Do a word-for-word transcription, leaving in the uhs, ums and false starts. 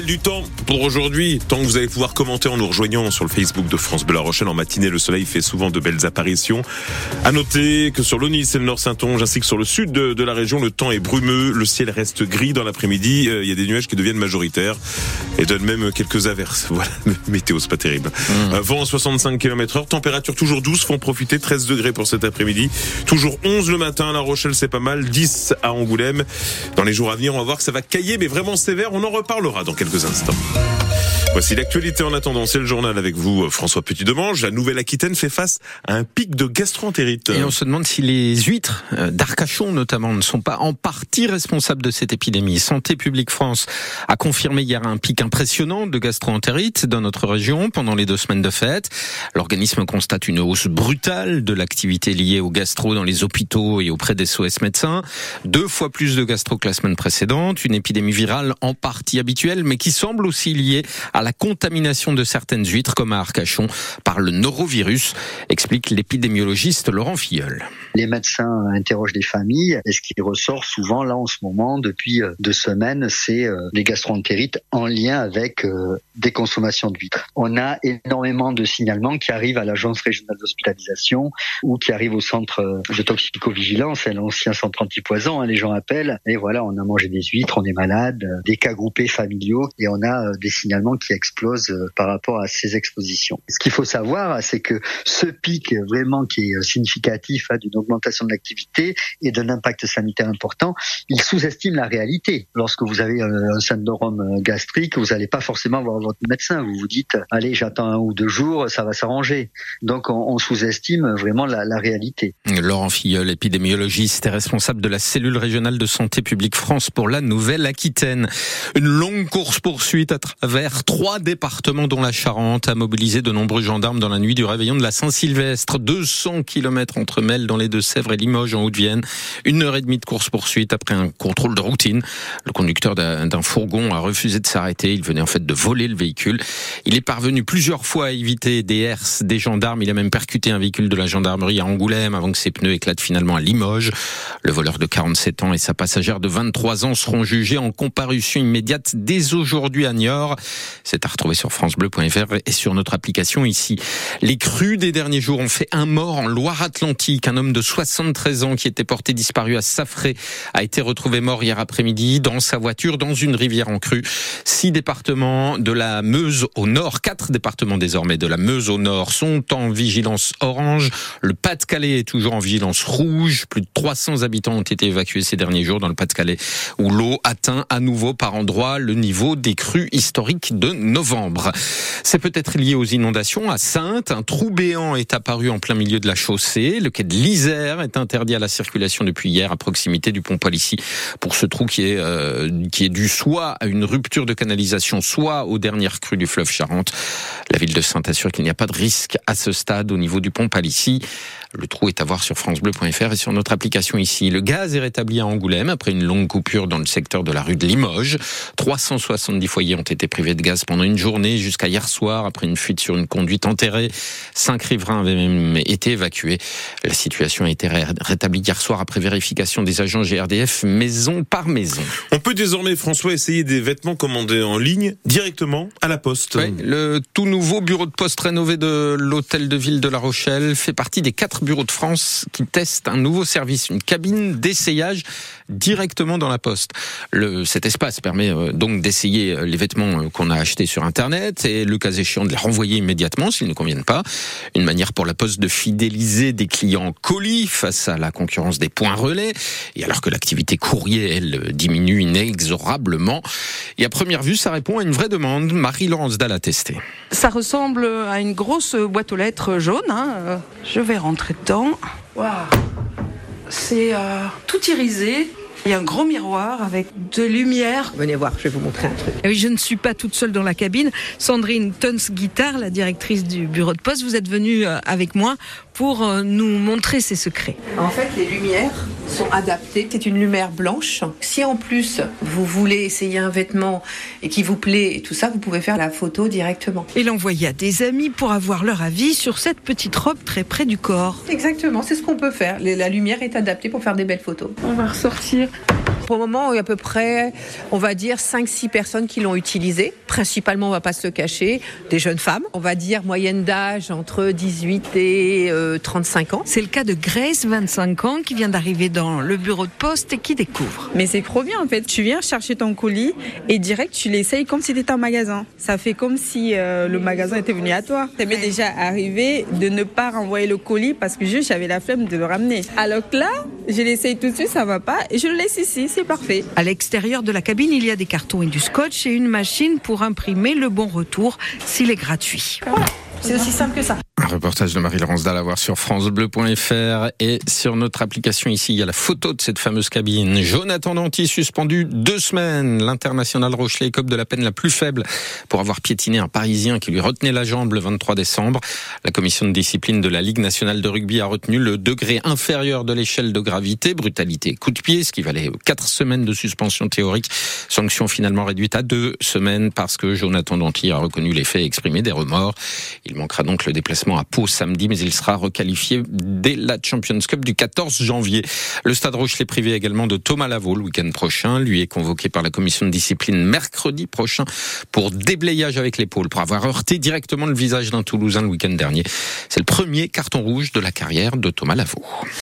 du temps pour aujourd'hui. Tant que vous allez pouvoir commenter en nous rejoignant sur le Facebook de France Bleu La Rochelle. En matinée, le soleil fait souvent de belles apparitions. À noter que sur l'Aunis et le Nord Saintonge, ainsi que sur le sud de, de la région, le temps est brumeux. Le ciel reste gris dans l'après-midi. Euh, il y a des nuages qui deviennent majoritaires et donnent même quelques averses. Voilà, météo, c'est pas terrible. Mmh. Euh, vent à soixante-cinq kilomètres heure. Température toujours douce. Font profiter treize degrés pour cet après-midi. Toujours onze le matin. La Rochelle, c'est pas mal. dix à Angoulême. Dans les jours à venir, on va voir que ça va cailler, mais vraiment sévère. On en reparlera dans quelques instants. Voici l'actualité en attendant, c'est le journal avec vous, François Petit-Demange. La Nouvelle-Aquitaine fait face à un pic de gastro-entérite. Et on se demande si les huîtres d'Arcachon notamment ne sont pas en partie responsables de cette épidémie. Santé publique France a confirmé hier un pic impressionnant de gastro-entérite dans notre région pendant les deux semaines de fête. L'organisme constate une hausse brutale de l'activité liée au gastro dans les hôpitaux et auprès des S O S médecins. Deux fois plus de gastro que la semaine précédente. Une épidémie virale en partie habituelle, mais qui semble aussi liée à la contamination de certaines huîtres, comme à Arcachon, par le norovirus, explique l'épidémiologiste Laurent Filleul. Les médecins interrogent les familles et ce qui ressort souvent là en ce moment depuis deux semaines, c'est les gastro-entérites en lien avec des consommations d'huîtres. On a énormément de signalements qui arrivent à l'agence régionale d'hospitalisation ou qui arrivent au centre de toxicovigilance, l'ancien centre antipoison. Les gens appellent et voilà, on a mangé des huîtres, on est malade, des cas groupés familiaux et on a des signalements qui explosent par rapport à ces expositions. Ce qu'il faut savoir, c'est que ce pic vraiment qui est significatif d'une augmentation de l'activité et d'un impact sanitaire important, il sous-estime la réalité. Lorsque vous avez un syndrome gastrique, vous n'allez pas forcément voir votre médecin. Vous vous dites, allez, j'attends un ou deux jours, ça va s'arranger. Donc, on, on sous-estime vraiment la, la réalité. Laurent Filleul, épidémiologiste et responsable de la cellule régionale de santé publique France pour la Nouvelle-Aquitaine. Une longue course-poursuite à travers trois départements, dont la Charente, a mobilisé de nombreux gendarmes dans la nuit du réveillon de la Saint-Sylvestre. deux cents kilomètres entre Melle dans les Deux-Sèvres et Limoges en Haute-Vienne. Une heure et demie de course-poursuite après un contrôle de routine. Le conducteur d'un, d'un fourgon a refusé de s'arrêter. Il venait en fait de voler le véhicule. Il est parvenu plusieurs fois à éviter des herses des gendarmes. Il a même percuté un véhicule de la gendarmerie à Angoulême avant que ses pneus éclatent finalement à Limoges. Le voleur de quarante-sept ans et sa passagère de vingt-trois ans seront jugés en comparution immédiate dès aujourd'hui à Niort. C'est à retrouver sur francebleu point f r et sur notre application ici. Les crues des derniers jours ont fait un mort en Loire-Atlantique. Un homme de soixante-treize ans qui était porté disparu à Saffré a été retrouvé mort hier après-midi dans sa voiture dans une rivière en crue. Six départements de la Meuse au nord, quatre départements désormais de la Meuse au nord sont en vigilance orange. Le Pas-de-Calais est toujours en vigilance rouge. Plus de trois cents habitants ont été évacués ces derniers jours dans le Pas-de-Calais où l'eau atteint à nouveau par endroits le niveau des crues historiques de novembre. C'est peut-être lié aux inondations. À Saintes, un trou béant est apparu en plein milieu de la chaussée. Le quai de l'Isère est interdit à la circulation depuis hier à proximité du pont Palissy pour ce trou qui est, euh, qui est dû soit à une rupture de canalisation, soit aux dernières crues du fleuve Charente. La ville de Saintes assure qu'il n'y a pas de risque à ce stade au niveau du pont Palissy. Le trou est à voir sur francebleu point f r et sur notre application ici. Le gaz est rétabli à Angoulême après une longue coupure dans le secteur de la rue de Limoges. trois cent soixante-dix foyers ont été privés de gaz pendant une journée jusqu'à hier soir après une fuite sur une conduite enterrée. Cinq riverains avaient même été évacués. La situation a été rétablie hier soir après vérification des agents G R D F maison par maison. On peut désormais, François, essayer des vêtements commandés en ligne directement à la poste. Oui, le tout nouveau bureau de poste rénové de l'hôtel de ville de La Rochelle fait partie des quatre bureaux de France qui testent un nouveau service, une cabine d'essayage directement dans la poste. Le, cet espace permet euh, donc d'essayer les vêtements qu'on a achetés sur Internet et le cas échéant de les renvoyer immédiatement s'ils ne conviennent pas. Une manière pour la poste de fidéliser des clients colis face à la concurrence des points relais et alors que l'activité courrier, elle, diminue inexorablement. Et à première vue, ça répond à une vraie demande. Marie-Laurence Dalle a testé. Ça ressemble à une grosse boîte aux lettres jaune. Hein. Je vais rentrer dedans. Waouh. C'est euh, tout irisé. Il y a un gros miroir avec de lumière. Venez voir, je vais vous montrer un truc. Et oui, je ne suis pas toute seule dans la cabine. Sandrine Tons-Guittard, la directrice du bureau de poste, vous êtes venue avec moi pour nous montrer ses secrets. En fait, les lumières sont adaptées. C'est une lumière blanche. Si en plus, vous voulez essayer un vêtement et qui vous plaît et tout ça, vous pouvez faire la photo directement. Et l'envoyer à des amis pour avoir leur avis sur cette petite robe très près du corps. Exactement, c'est ce qu'on peut faire. La lumière est adaptée pour faire des belles photos. On va ressortir Pour le moment, il y a à peu près, on va dire, cinq six personnes qui l'ont utilisé. Principalement, on ne va pas se le cacher, des jeunes femmes. On va dire moyenne d'âge entre dix-huit et trente-cinq ans. C'est le cas de Grace, vingt-cinq ans, qui vient d'arriver dans le bureau de poste et qui découvre. Mais c'est trop bien en fait. Tu viens chercher ton colis et direct tu l'essayes comme si tu étais en magasin. Ça fait comme si euh, le magasin était venu à toi. Ça m'est déjà arrivé de ne pas renvoyer le colis parce que juste j'avais la flemme de le ramener. Alors que là, je l'essaye tout de suite, ça va pas et je le laisse ici, c'est parfait. À l'extérieur de la cabine, il y a des cartons et du scotch et une machine pour imprimer le bon retour s'il est gratuit. Voilà. C'est aussi simple que ça. Un reportage de Marie-Laurence Dalle à voir sur francebleu point fr et sur notre application ici, il y a la photo de cette fameuse cabine. Jonathan Danty suspendu deux semaines. L'international rochelais écope de la peine la plus faible pour avoir piétiné un Parisien qui lui retenait la jambe le vingt-trois décembre. La commission de discipline de la Ligue nationale de rugby a retenu le degré inférieur de l'échelle de gravité, brutalité, coup de pied, ce qui valait quatre semaines de suspension théorique. Sanction finalement réduite à deux semaines parce que Jonathan Danty a reconnu les faits et exprimé des remords. Il manquera donc le déplacement à Pau samedi, mais il sera requalifié dès la Champions Cup du quatorze janvier. Le Stade Rochelais privé également de Thomas Lavaux le week-end prochain. Lui est convoqué par la commission de discipline mercredi prochain pour déblayage avec l'épaule, pour avoir heurté directement le visage d'un Toulousain le week-end dernier. C'est le premier carton rouge de la carrière de Thomas Lavaux.